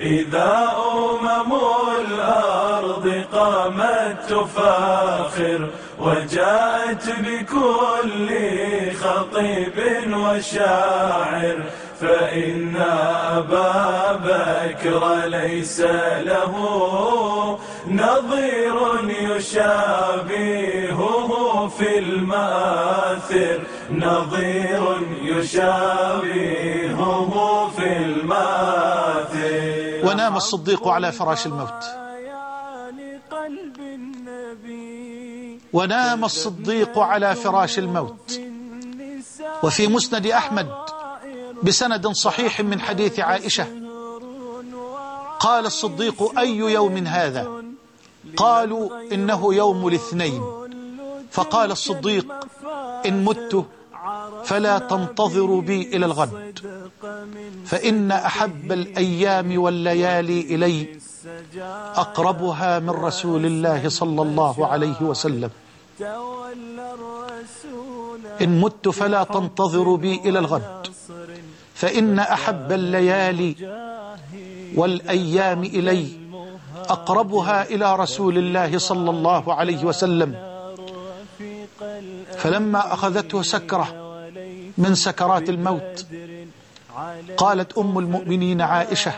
إذا الأرض قامت تفاخر وجاءت بكل خطيب وشاعر، فإن أبا بكر ليس له نظير يشابهه في المآثر، نظير يشابهه في المآثر. ونام الصديق على فراش الموت، ونام الصديق على فراش الموت. وفي مسند أحمد بسند صحيح من حديث عائشة قال الصديق: أي يوم هذا؟ قالوا: إنه يوم الاثنين. فقال الصديق: إن مت فلا تنتظروا بي إلى الغد، فإن أحب الأيام والليالي إلي أقربها من رسول الله صلى الله عليه وسلم. إن مت فلا تنتظروا بي إلى الغد، فإن أحب الليالي والأيام إلي أقربها إلى رسول الله صلى الله عليه وسلم. فلما أخذته سكرة من سكرات الموت قالت أم المؤمنين عائشة: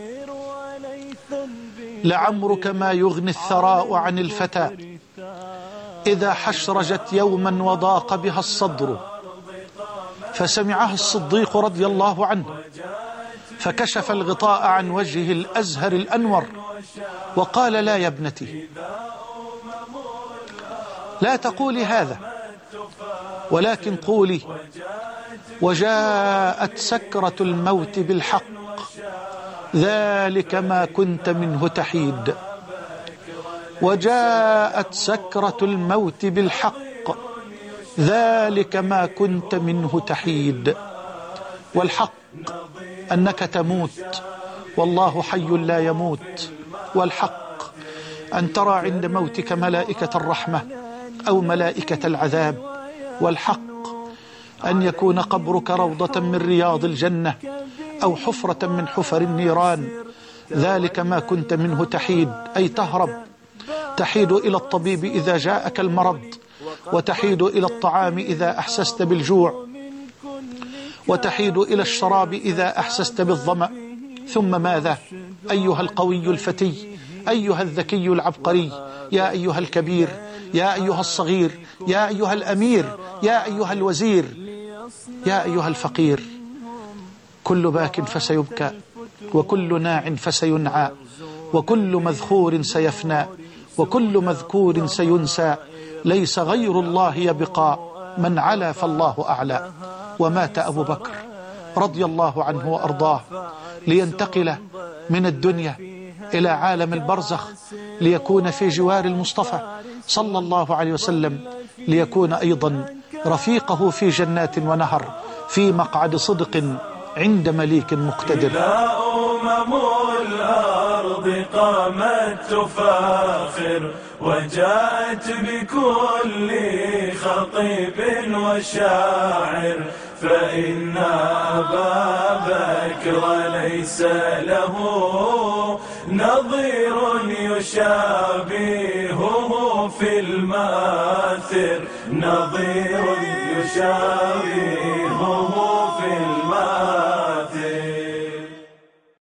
لعمرك ما يغني الثراء عن الفتى إذا حشرجت يوما وضاق بها الصدر. فسمعها الصديق رضي الله عنه فكشف الغطاء عن وجهه الأزهر الأنور وقال: لا يا ابنتي، لا تقولي هذا، ولكن قولي: وجاءت سكرة الموت بالحق، ذلك ما كنت منه تحيد. وجاءت سكرة الموت بالحق، ذلك ما كنت منه تحيد. والحق أنك تموت والله حي لا يموت، والحق أن ترى عند موتك ملائكة الرحمة أو ملائكة العذاب، والحق أن يكون قبرك روضة من رياض الجنة أو حفرة من حفر النيران. ذلك ما كنت منه تحيد، أي تهرب، تحيد إلى الطبيب إذا جاءك المرض، وتحيد إلى الطعام إذا أحسست بالجوع، وتحيد إلى الشراب إذا أحسست بالظمأ. ثم ماذا؟ أيها القوي الفتي، أيها الذكي العبقري، يا أيها الكبير، يا أيها الصغير، يا أيها الأمير، يا أيها الوزير، يا أيها الفقير، كل باك فسيبكى، وكل ناع فسينعى، وكل مذخور سيفنى، وكل مذكور سينسى. ليس غير الله يبقى، من علا فالله أعلى. ومات أبو بكر رضي الله عنه وأرضاه لينتقل من الدنيا إلى عالم البرزخ، ليكون في جوار المصطفى صلى الله عليه وسلم، ليكون أيضا رفيقه في جنات ونهر، في مقعد صدق عند مليك مقتدر. إذا الأرض قامت تفاخر وجاءت بكل خطيب وشاعر، فإن أبا بكر ليس له نظير يشابهه في المآثر، نظير يشابهه